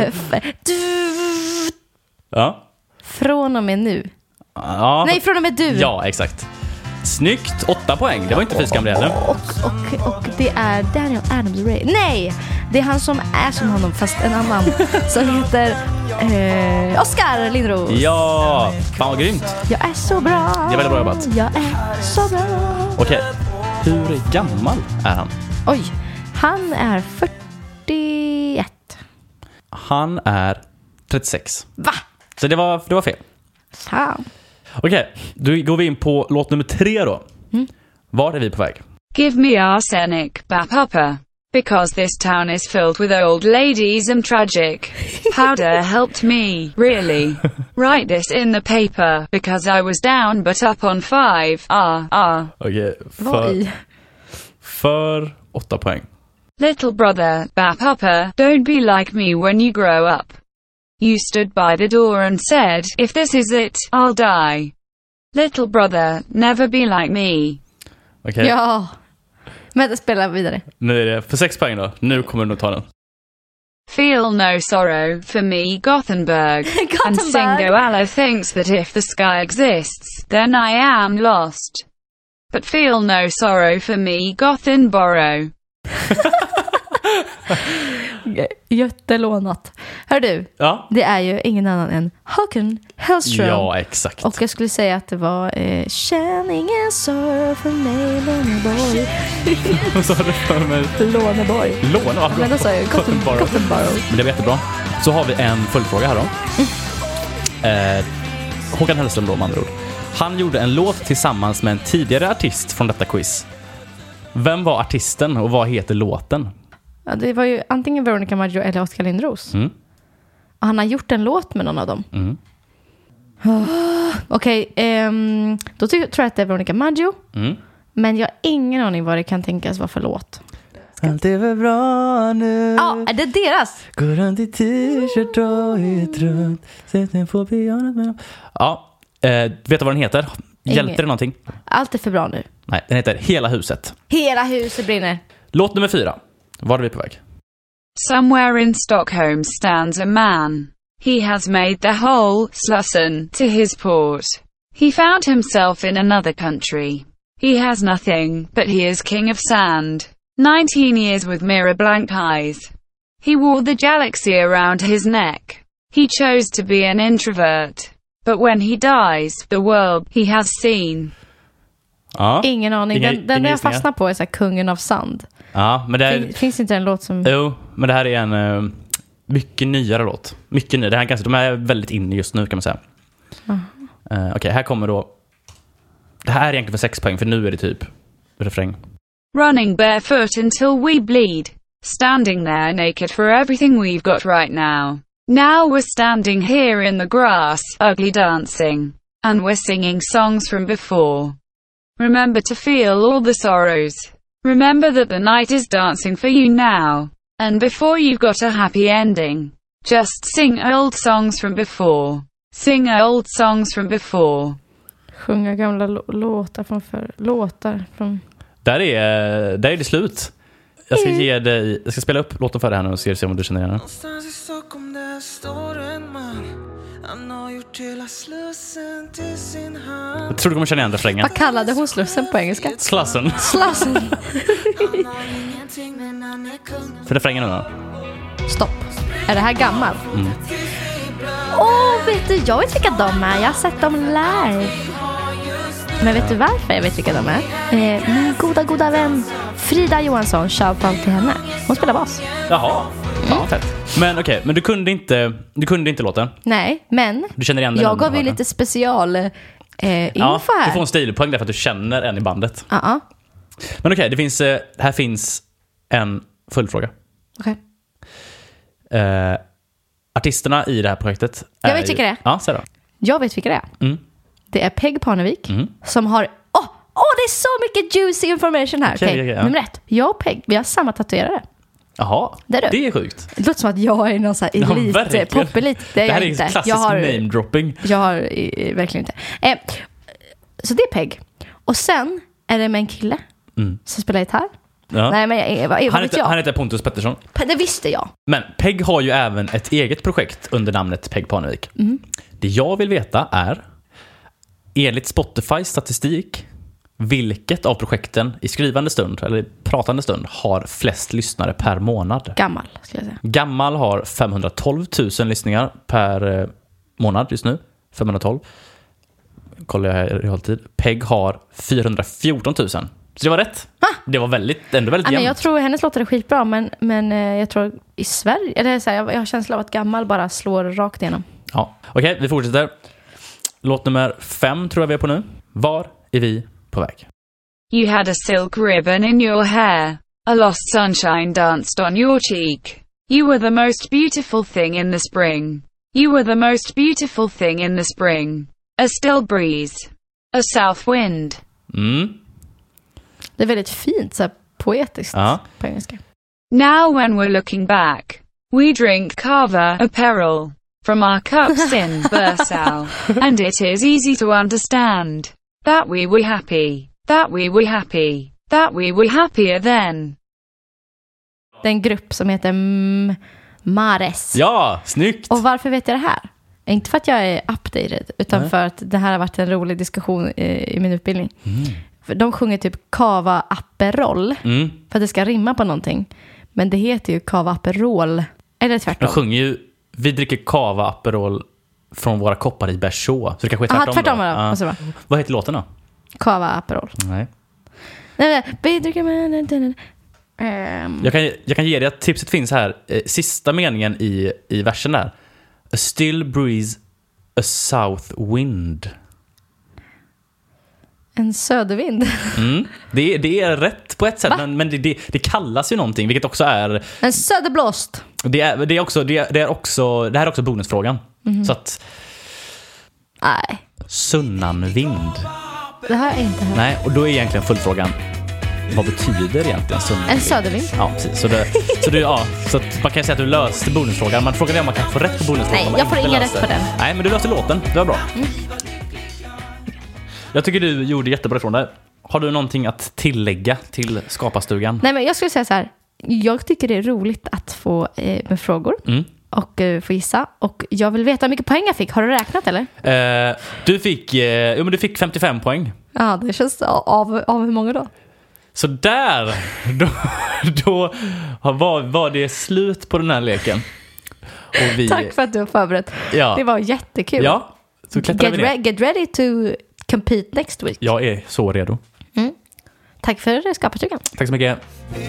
Ja. Från och med nu. Ja. Nej, från och med du. Ja, exakt. Snyggt, 8 poäng. Det var inte fyskam det heller. Och det är Daniel Adams-Ray. Nej, det är han som är som honom fast en annan. Som heter Oskar Lindros. Ja, fan vad grymt. Jag är så bra. Det är väldigt bra jobbat. Jag är så bra. Okej, hur gammal är han? Oj, han är 41. Han är 36. Va? Så det var fel. Fan. Okej, då går vi in på låt nummer 3 då. Var är vi på väg? Give me arsenic, Bapapa. Because this town is filled with old ladies and tragic. Powder helped me, really. Write this in the paper, because I was down but up on 5. Okej, Vad för 8 poäng. Little brother, Bapapa, don't be like me when you grow up. You stood by the door and said, if this is it, I'll die. Little brother, never be like me. Okej. Ja. Men spela vidare. Nu är det för 6 poäng då. Nu kommer du nog ta den. Feel no sorrow for me, Gothenburg. And Singoalla thinks that if the sky exists, then I am lost. But feel no sorrow for me, Gothenborough. Jättelånat. Hör du, Ja. det är ju ingen annan än Håkan Hellström. Ja, exakt. Och jag skulle säga att det var känn ingen sorg för mig, Låneborg. Vad sa du för mig? Låneborg. Men då sa jag Gothenborough. Men det var jättebra. Så har vi en följdfråga här då. Håkan Hellström då, med andra ord. Han gjorde en låt tillsammans med en tidigare artist från detta quiz. Vem var artisten och vad heter låten? Ja, det var ju antingen Veronica Maggio eller Oskar Lindros. Och han har gjort en låt med någon av dem. Okej, då tror jag att det är Veronica Maggio. Men jag har ingen aning vad det kan tänkas vara för låt. Allt är väl bra nu. Ja, är det deras? Går runt i t-shirt och ett runt. Sätt den på pianot med dem. Ja, vet du vad den heter? Hjälpte det någonting? Allt är för bra nu. Nej, den heter Hela huset. Hela huset brinner. Låt nummer 4. Var är vi på väg? Somewhere in Stockholm stands a man. He has made the whole Slussen to his port. He found himself in another country. He has nothing, but he is king of sand. 19 years with mirror blank eyes. He wore the galaxy around his neck. He chose to be an introvert. But when he dies, the world he has seen. Ja. Ingen aning. Den jag fastnar på är så här, Kungen av sand. Ja, men det är... Finns inte en låt som... Jo, men det här är en mycket nyare låt. Mycket ny. Det här kanske, de är väldigt inne just nu kan man säga. Okej, här kommer då... Det här är egentligen för 6 poäng, för nu är det typ refräng. Running barefoot until we bleed. Standing there naked for everything we've got right now. Now we're standing here in the grass, ugly dancing. And we're singing songs from before. Remember to feel all the sorrows. Remember that the night is dancing for you now. And before you've got a happy ending. Just sing old songs from before. Sing old songs from before. Sjunga gamla låtar från förr. Låtar från... Där är det slut. Jag ska spela upp låten för det här nu och se om du känner igen den. Någonstans i Stockholm där står en man. Han har gjort hela Slussen till sin hand. Jag tror du kommer känna igen refrängen. Vad kallade hon Slussen på engelska? Slussen. För refrängen nu då? Stopp. Är det här gammal? Vet du, jag vet vilka de är. Jag har sett dem live. Men vet du varför jag vet vilka de är? Min goda vän Frida Johansson, shoutout till henne. Hon spelar bas. Jaha, fan fett. Men okej, men du kunde inte låten? Nej, men du känner igen den. Jag gav ju lite special info här. Du får en stilpoäng därför att du känner en i bandet. Men okej, här finns en följdfråga. Okej. Artisterna i det här projektet jag vet vilka det är. Ja, säg då. Jag vet vilka det är. Det är Peg Parnevik som har det är så mycket juicy information här. Okej, ja. nummer 1. Jag och Peg, vi har samma tatuerare. Jaha, det är sjukt. Det låter som att jag är någon sån här elit, popelit. Det här är är inte. klassisk name-dropping. Jag har verkligen inte. Så det är Peg. Och sen är det med en kille som spelar gitarr. Ja. Nej, men han heter Pontus Pettersson. Det visste jag. Men Peg har ju även ett eget projekt under namnet Peg Parnevik. Det jag vill veta är, enligt Spotifys statistik, vilket av projekten i skrivande stund eller pratande stund har flest lyssnare per månad? Gammal, skulle jag säga. Gammal har 512 000 lyssningar per månad just nu. 512. Kollar jag här i realtid. Peg har 414 000. Så det var rätt. Det var ändå väldigt jämnt. Jag tror hennes låter är skitbra, men jag tror i Sverige, eller så här, jag har känsla av att Gammal bara slår rakt igenom. Ja, okej, vi fortsätter. Låt nummer 5 tror jag vi är på nu. Var är vi på väg? You had a silk ribbon in your hair. A lost sunshine danced on your cheek. You were the most beautiful thing in the spring. You were the most beautiful thing in the spring. A still breeze. A south wind. Det är väldigt fint, så här poetiskt på engelska. Now when we're looking back, we drink Cava Aperol from our cups in Bursau, and it is easy to understand that we were happy, that we were happy, that we were happier then. Det är en grupp som heter Mares. Ja, snyggt! Och varför vet jag det här? Inte för att jag är updated, utan för att det här har varit en rolig diskussion i min utbildning. För de sjunger typ Cava Aperol för att det ska rimma på någonting. Men det heter ju Cava Aperol. Eller tvärtom. De sjunger ju, vi dricker Cava Aperol från våra koppar i Berså. Så det kanske är tvärtom. Tvärtom. Vad heter låten då? Cava Aperol. Nej. Vi dricker med... Jag kan ge dig att tipset finns här. Sista meningen i versen där. A still breeze, a south wind. En södervind. Det är rätt på ett sätt, men det kallas ju någonting, vilket också är en söderblåst. Det här är också bonusfrågan. Så att nej. Sunnanvind. Det här är inte här. Nej, och då är egentligen fullfrågan, vad betyder egentligen sunnanvind? En södervind. Ja, precis. Så att man kan säga att du löste bonusfrågan. Man frågar om man kan få rätt på bonusfrågan. Nej, jag får ingen rätt på den. Nej, men du löste låten. Det var bra. Jag tycker du gjorde jättebra ifrån det. Har du någonting att tillägga till Skaparstugan? Nej, men jag skulle säga så här. Jag tycker det är roligt att få med frågor och få gissa. Och jag vill veta hur mycket poäng jag fick. Har du räknat eller? Du fick 55 poäng. Ja, det känns av hur många då? Så där, då var det slut på den här leken. Och tack för att du har förberett. Ja. Det var jättekul. Ja, så get ready to compete next week. Jag är så redo. Tack för Skaparstugan. Tack så mycket.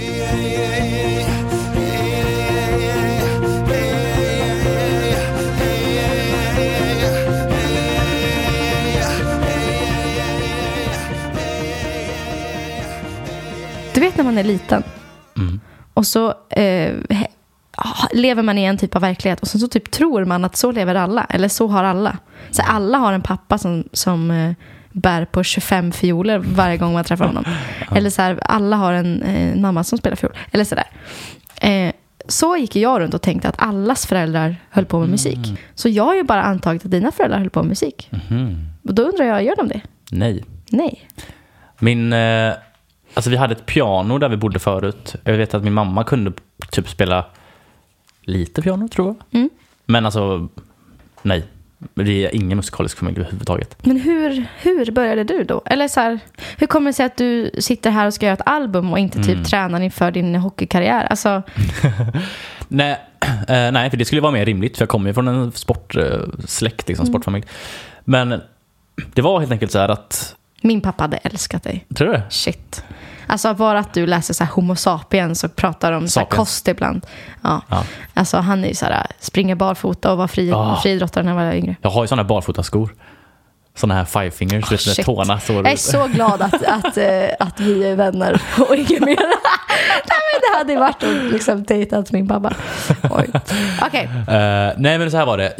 Du vet när man är liten och så lever man i en typ av verklighet och så typ tror man att så lever alla, eller så har alla. Så alla har en pappa som bär på 25 fioler varje gång man träffar honom. Eller så här, alla har en mamma som spelar fiol. Eller så där. Så gick jag runt och tänkte att allas föräldrar höll på med musik. Så jag har ju bara antagit att dina föräldrar höll på med musik. Och då undrar jag, gör de det? Nej. Alltså vi hade ett piano där vi bodde förut. Jag vet att min mamma kunde typ spela lite piano, tror jag. Men alltså, nej. Det är ingen musikalisk familj överhuvudtaget. Men hur började du då? Eller så här, hur kommer det sig att du sitter här och ska göra ett album och inte typ tränar inför din hockeykarriär? Alltså... nej, för det skulle vara mer rimligt. För jag kommer ju från en sportsläkt, liksom, sportfamilj. Men det var helt enkelt så här att... Min pappa hade älskat dig. Tror du? Shit. Alltså bara att du läser så här Homo sapiens och pratar om så här kost ibland. Ja. Alltså han är ju så här, springer barfota och var friidrottare när jag var yngre. Jag har ju såna barfotaskor. Såna här five fingers, med tårna. Jag är så glad att vi är vänner och inget mer. Nej, men det hade ju varit att liksom dejtat min pappa. Okej. Nej, men så här var det.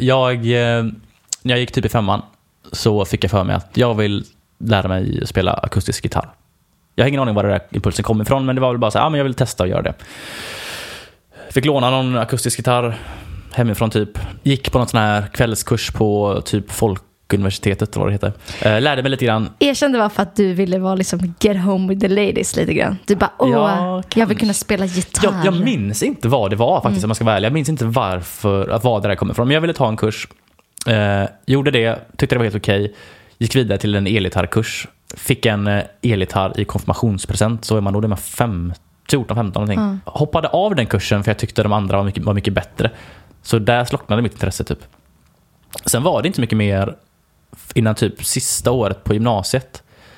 När jag gick typ i 5:an så fick jag för mig att jag vill lära mig spela akustisk gitarr. Jag har ingen aning var den där impulsen kom ifrån, men det var väl bara så här, men jag vill testa att göra det. Fick låna någon akustisk gitarr hemifrån typ. Gick på någon sån här kvällskurs på typ Folkuniversitetet, vad det heter. Lärde mig lite grann. Erkände var för att du ville vara liksom get home with the ladies lite grann. Du bara, jag vill kunna spela gitarr. Jag minns inte vad det var faktiskt, om man ska vara ärlig. Jag minns inte var det där kommer ifrån. Men jag ville ta en kurs. Gjorde det, tyckte det var helt okej. Gick vidare till en elgitarrkurs. Fick en elgitarr i konfirmationspresent. Så är man då, det med 14-15 någonting. Hoppade av den kursen för jag tyckte de andra var mycket bättre. Så där slocknade mitt intresse typ. Sen var det inte mycket mer innan typ sista året på gymnasiet.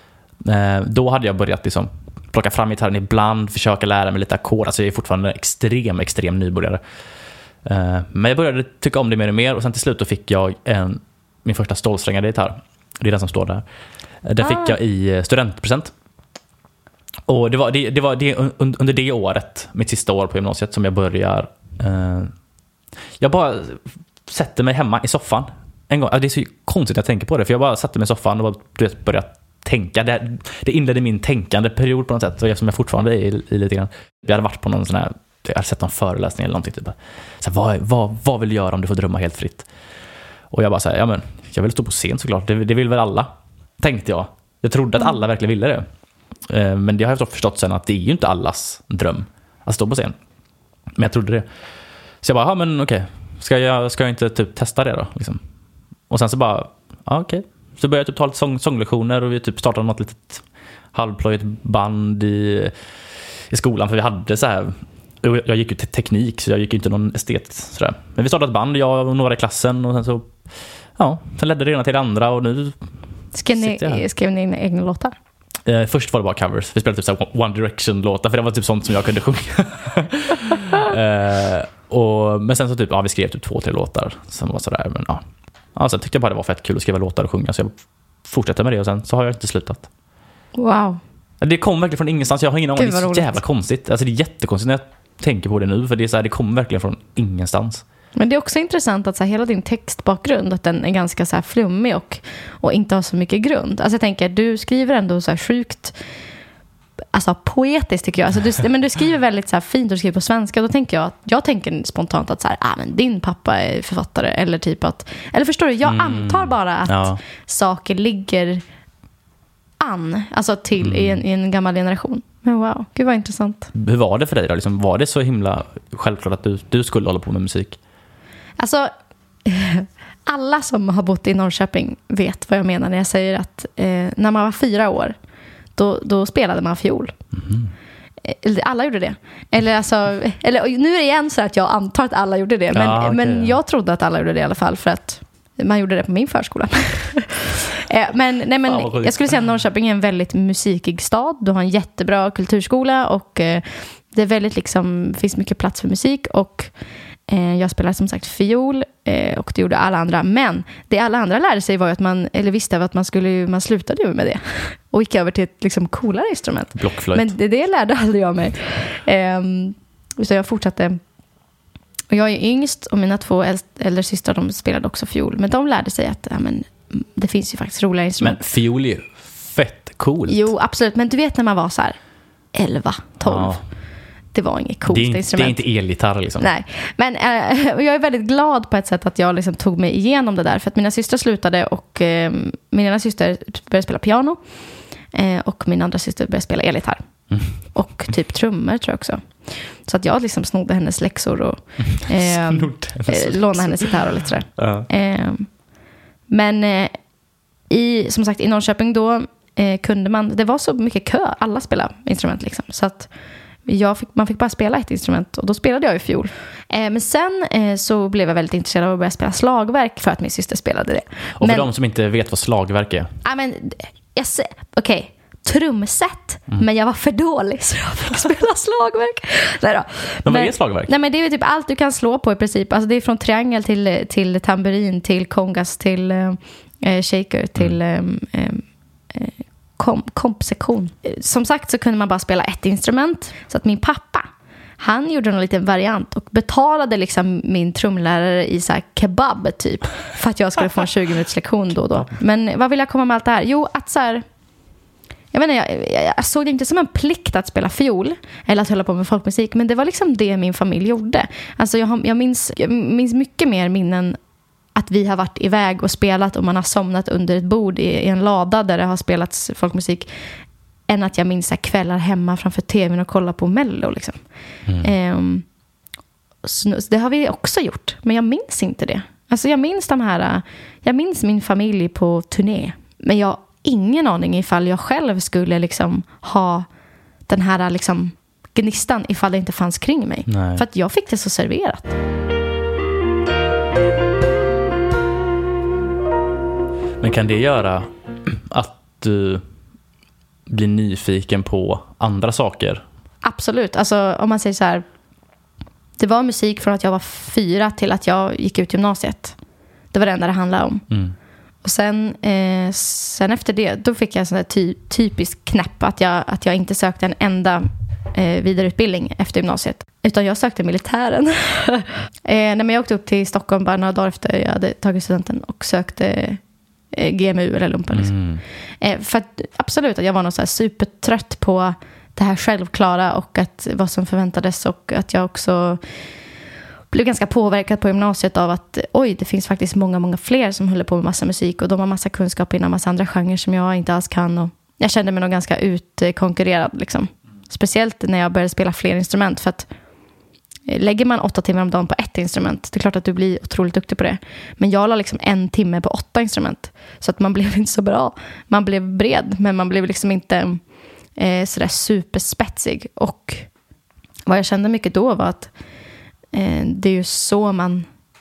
Då hade jag börjat liksom plocka fram gitarren ibland, försöka lära mig lite ackord. Alltså jag är fortfarande extrem nybörjare. Men jag började tycka om det mer och mer. Och sen till slut då fick jag min första stålsträngade gitarr. Det är den som står där. Den fick jag i studentpresent. Och det var under det året, mitt sista år på gymnasiet, som jag börjar... jag bara sätter mig hemma i soffan en gång. Det är så konstigt att jag tänker på det, för jag bara satte mig i soffan och började tänka. Det inledde min tänkande period på något sätt, och som jag fortfarande är i lite grann. Jag hade varit på någon sån här, jag hade sett någon föreläsning eller någonting typ. Så vad vill du göra om du får drömma helt fritt? Och jag bara så här, jag vill stå på scen såklart. Det vill väl alla, tänkte jag. Jag trodde att alla verkligen ville det. Men det har jag förstått sen att det är ju inte allas dröm att stå på scen. Men jag trodde det. Så jag bara, men okej. Ska jag inte typ testa det då? Liksom. Och sen så bara, okej. Så började jag typ ta lite sånglektioner, och vi typ startade något litet halvplöjt band i skolan. För vi hade så här, jag gick ju till teknik, så jag gick inte någon estet sådär. Men vi startade ett band, jag och några i klassen, och sen så sen ledde det ena till det andra, och nu skrev ni egna låtar? Först var det bara covers. Vi spelade typ så här One Direction-låtar, för det var typ sånt som jag kunde sjunga. Men sen så typ, vi skrev typ 2-3 låtar som var sådär, men sen tyckte jag bara det var fett kul att skriva låtar och sjunga, så jag fortsatte med det, och sen så har jag inte slutat. Wow. Det kom verkligen från ingenstans. Jag har ingen aning, det är så jävla konstigt. Alltså det är jättekonstigt när jag tänker på det nu, för det är så här, det kommer verkligen från ingenstans. Men det är också intressant att så här, hela din textbakgrund, att den är ganska så här flummig och inte har så mycket grund. Alltså jag tänker, du skriver ändå så här sjukt, alltså poetiskt tycker jag. Alltså du skriver väldigt så här fint, du skriver på svenska. Då tänker jag tänker spontant att så här, men din pappa är författare, eller typ att, eller förstår du, jag antar bara att saker ligger an, alltså till i en gammal generation. Men wow, gud vad intressant. Hur var det för dig då? Liksom, var det så himla självklart att du skulle hålla på med musik? Alltså, alla som har bott i Norrköping vet vad jag menar när jag säger att när man var 4 år, då spelade man fiol. Alla gjorde det. Eller nu är det igen så att jag antar att alla gjorde det. Men jag trodde att alla gjorde det i alla fall, för att man gjorde det på min förskola. Men jag skulle säga att Norrköping är en väldigt musikig stad. Du har en jättebra kulturskola, och det är väldigt liksom, finns mycket plats för musik, och jag spelade som sagt fiol, och det gjorde alla andra. Men det alla andra lärde sig var att man visste att man slutade ju med det och gick över till ett liksom coolare instrument. Blockflöjt. Men det lärde aldrig jag mig. Så jag fortsatte. Och jag är yngst, och mina 2 äldre systrar, de spelade också fiol. Men de lärde sig att det finns ju faktiskt roliga instrument. Men fiol är ju fett coolt. Jo, absolut. Men du vet när man var så här 11, 12. Ja. Det var inget coolt instrument. Det är inte elgitarr liksom. Nej, men jag är väldigt glad på ett sätt att jag liksom tog mig igenom det där. För att mina systrar slutade, och min ena syster började spela piano, och min andra syster började spela elgitarr. Och typ trummor tror jag också. Så att jag liksom snodde hennes läxor och lånade hennes gitarr och lite sådär. Men som sagt i Norrköping då kunde man, det var så mycket kö, alla spelade instrument liksom. Så att man fick bara spela ett instrument, och då spelade jag ju fiol. Men sen så blev jag väldigt intresserad av att börja spela slagverk, för att min syster spelade det. Och för de som inte vet vad slagverk är. Okej. Trumset, men jag var för dålig, så jag fick spela slagverk. Men vad är slagverk? Nej, men det är ju typ allt du kan slå på i princip. Alltså det är från triangel till tamburin, till kongas, till shaker, till kompsektion. Som sagt så kunde man bara spela ett instrument. Så att min pappa, han gjorde en liten variant och betalade liksom min trumlärare i så här kebab typ, för att jag skulle få en 20 minuters lektion då och då. Men vad vill jag komma med allt det här? Jo, att så här, jag menar, jag såg det inte som en plikt att spela fiol eller att hålla på med folkmusik, men det var liksom det min familj gjorde. Alltså jag minns mycket mer minnen att vi har varit iväg och spelat och man har somnat under ett bord i en lada där det har spelats folkmusik, än att jag minns kvällar hemma framför tvn och kolla på Mello liksom. Så det har vi också gjort, men jag minns inte det. Alltså jag minns min familj på turné, men jag har ingen aning ifall jag själv skulle liksom ha den här liksom gnistan ifall det inte fanns kring mig. Nej. För att jag fick det så serverat. Men kan det göra att du blir nyfiken på andra saker? Absolut. Alltså om man säger så här, det var musik från att jag var 4 till att jag gick ut gymnasiet. Det var det enda det handlade om. Och sen efter det, då fick jag en sån där typisk knäpp att jag inte sökte en enda vidareutbildning efter gymnasiet. Utan jag sökte militären. När jag åkte upp till Stockholm bara några dagar efter jag hade tagit studenten och sökte GMU eller lumpen. Liksom. För att, absolut att jag var nog så här supertrött på det här självklara och att vad som förväntades, och att jag också blev ganska påverkad på gymnasiet av att det finns faktiskt många fler som håller på med massa musik och de har massa kunskap inom massa andra genrer som jag inte alls kan, och jag kände mig nog ganska utkonkurrerad liksom. Speciellt när jag började spela fler instrument, för att lägger man 8 timmar om dagen på ett instrument, det är klart att du blir otroligt duktig på det. Men jag la liksom 1 timme på 8 instrument, så att man blev inte så bra. Man blev bred, men man blev liksom inte sådär superspetsig. Och vad jag kände mycket då var att det är ju så man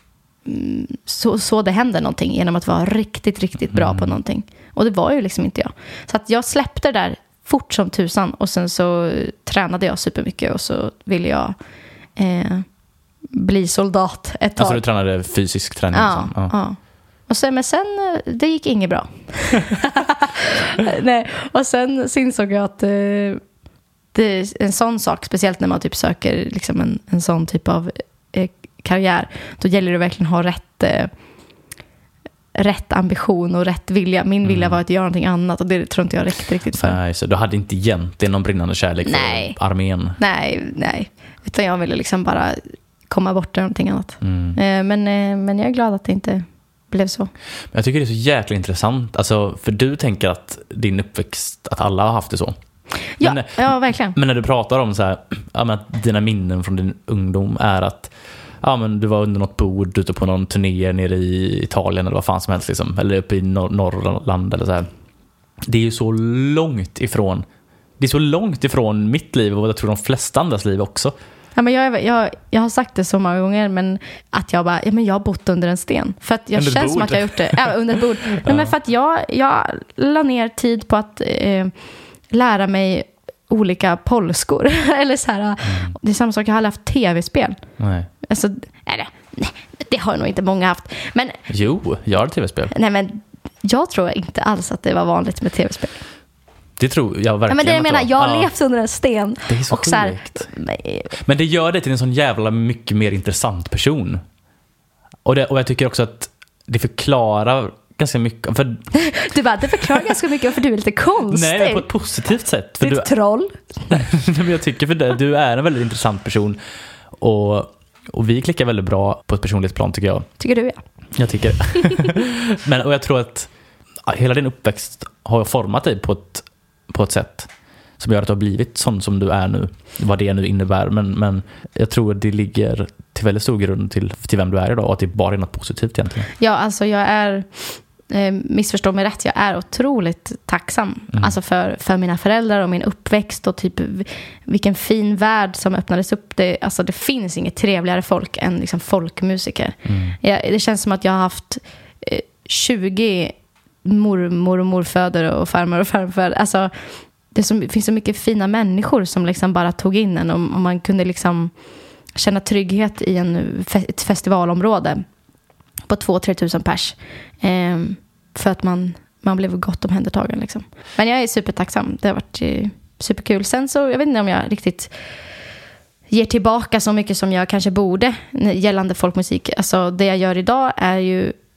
så det händer någonting, genom att vara riktigt bra på någonting. Och det var ju liksom inte jag. Så att jag släppte det där fort som tusan, och sen så tränade jag supermycket, och så ville jag bli soldat ett tag. Alltså du tränade fysisk träning? Ja. Och sen, men sen, det gick inget bra. Nej. Och sen insåg jag att det är en sån sak, speciellt när man typ söker liksom en sån typ av karriär, då gäller det verkligen att ha rätt ambition och rätt vilja. Min vilja var att göra någonting annat, och det tror inte jag riktigt för. Nej, så du hade inte egentligen någon brinnande kärlek för armén? Nej. Utan jag ville liksom bara komma bort till någonting annat. Men jag är glad att det inte blev så. Jag tycker det är så jäkla intressant. Alltså, för du tänker att din uppväxt, att alla har haft det så. Ja, verkligen. Men när du pratar om så här, att dina minnen från din ungdom är att men du var under något bord ute på någon turné nere i Italien eller vad fan som helst liksom, eller uppe i Norrland eller så här. Det är ju så långt ifrån. Det är så långt ifrån mitt liv, och jag tror de flesta andras liv också. Ja, men jag har sagt det så många gånger, men att jag bara, jag har bott under en sten. För att jag känns som att jag har gjort det under ett bord. Nej, men för att jag la ner tid på att lära mig olika polskor. Eller så här, det är samma sak, jag har haft tv-spel. Nej. Alltså, nej, det har nog inte många haft. Men, jo, jag har tv-spel. Nej, men jag tror inte alls att det var vanligt med tv-spel. Det tror jag verkligen. Men det jag menar, jag har levt under en sten. Det är så sjukt. Men det gör det till en sån jävla mycket mer intressant person. Och jag tycker också att det förklarar ganska mycket. För du bara, det förklarar ganska mycket för du är lite konstig. Nej, på ett positivt sätt. För du är ett troll. Men jag tycker för det, du är en väldigt intressant person. Och vi klickar väldigt bra på ett personlighetsplan, tycker jag. Tycker du, ja. Jag tycker det. Och jag tror att hela din uppväxt har format dig på ett sätt som gör att du har blivit sån som du är nu. Vad det nu innebär. Men jag tror att det ligger till väldigt stor grund till vem du är idag. Och att det bara är något positivt egentligen. Ja, alltså jag är, missförstå mig rätt, jag är otroligt tacksam. Alltså för mina föräldrar och min uppväxt. Och typ vilken fin värld som öppnades upp. Alltså det finns inget trevligare folk än liksom folkmusiker. Det känns som att jag har haft 20 mormor och morföder och farmor och farföder. Alltså det finns så mycket fina människor som liksom bara tog in en, och man kunde liksom känna trygghet i ett festivalområde på 2-3 tusen pers, för att man blev gott omhändertagen liksom. Men jag är supertacksam, det har varit superkul. Sen så, jag vet inte om jag riktigt ger tillbaka så mycket som jag kanske borde gällande folkmusik. Alltså det jag gör idag är ju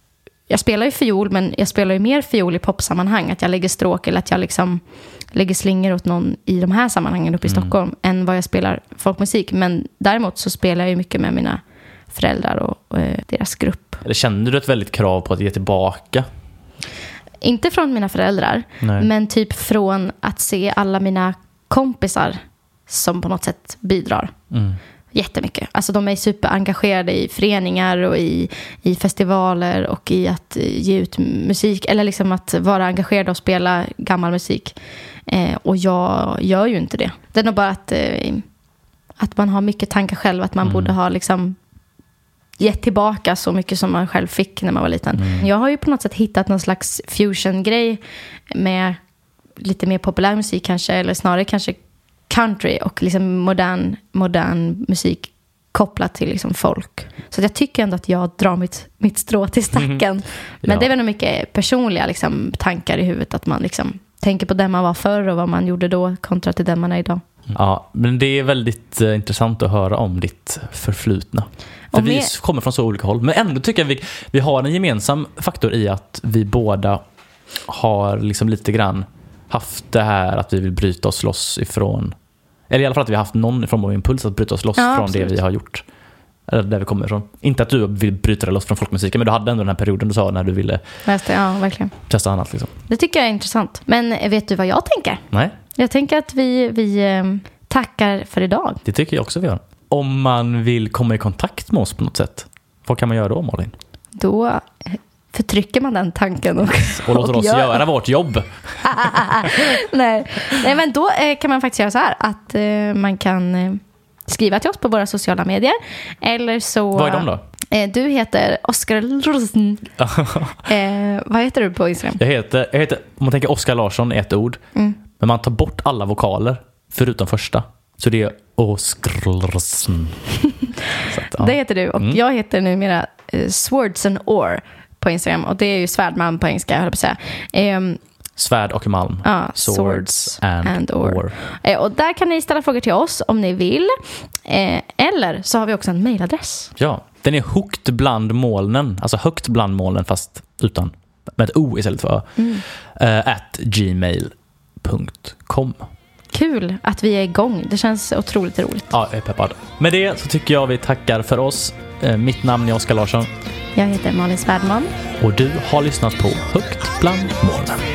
jag spelar ju fiol, men jag spelar ju mer fiol i popsammanhang. Att jag lägger stråk eller att jag liksom lägger slingor åt någon i de här sammanhangen uppe i Stockholm än vad jag spelar folkmusik. Men däremot så spelar jag ju mycket med mina föräldrar och deras grupp. Eller känner du ett väldigt krav på att ge tillbaka? Inte från mina föräldrar, men typ från att se alla mina kompisar som på något sätt bidrar. Jättemycket. Alltså de är superengagerade i föreningar och i festivaler och i att ge ut musik eller liksom att vara engagerad och spela gammal musik. Och jag gör ju inte det. Det är nog bara att man har mycket tankar själv, att man borde ha liksom gett tillbaka så mycket som man själv fick när man var liten. Jag har ju på något sätt hittat någon slags fusion-grej med lite mer populär musik kanske, eller snarare kanske country och liksom modern musik kopplat till liksom folk. Så jag tycker ändå att jag drar mitt strå till stacken. Men det är väl nog mycket personliga liksom, tankar i huvudet, att man liksom tänker på den man var förr och vad man gjorde då kontra till den man är idag. Ja, men det är väldigt intressant att höra om ditt förflutna. För vi kommer från så olika håll. Men ändå tycker jag vi har en gemensam faktor i att vi båda har liksom lite grann haft det här att vi vill bryta oss loss ifrån, eller i alla fall att vi har haft någon form av impuls att bryta oss loss från absolut. Det vi har gjort. Eller där vi kommer ifrån. Inte att du vill bryta dig loss från folkmusiken, men du hade ändå den här perioden du sa när du ville verkligen testa annat liksom. Det tycker jag är intressant. Men vet du vad jag tänker? Nej. Jag tänker att vi tackar för idag. Det tycker jag också vi gör. Om man vill komma i kontakt med oss på något sätt, vad kan man göra då, Malin? Då förtrycker man den tanken och låter oss göra vårt jobb. Nej, men då kan man faktiskt göra så här att man kan skriva till oss på våra sociala medier. Eller så... Vad är de då? Du heter Oskar Larsson. Vad heter du på Instagram? Jag heter, om man tänker Oskar Larsson i ett ord, men man tar bort alla vokaler förutom första. Så det är Oskar Larsson. Det heter du. Och jag heter numera Swords and Ore på Instagram. Och det är ju svärdman på engelska, jag höll på att säga. Svärd och malm. Swords and ore. Och där kan ni ställa frågor till oss om ni vill. Eller så har vi också en mailadress. Ja, den är högt bland molnen. Alltså högt bland molnen fast utan, med ett o istället för @gmail.com. Kul att vi är igång. Det känns otroligt roligt. Ja, jag är peppad. Med det så tycker jag vi tackar för oss. Mitt namn är Oskar Larsson. Jag heter Malin Svärdman. Och du har lyssnat på Högt bland molnen.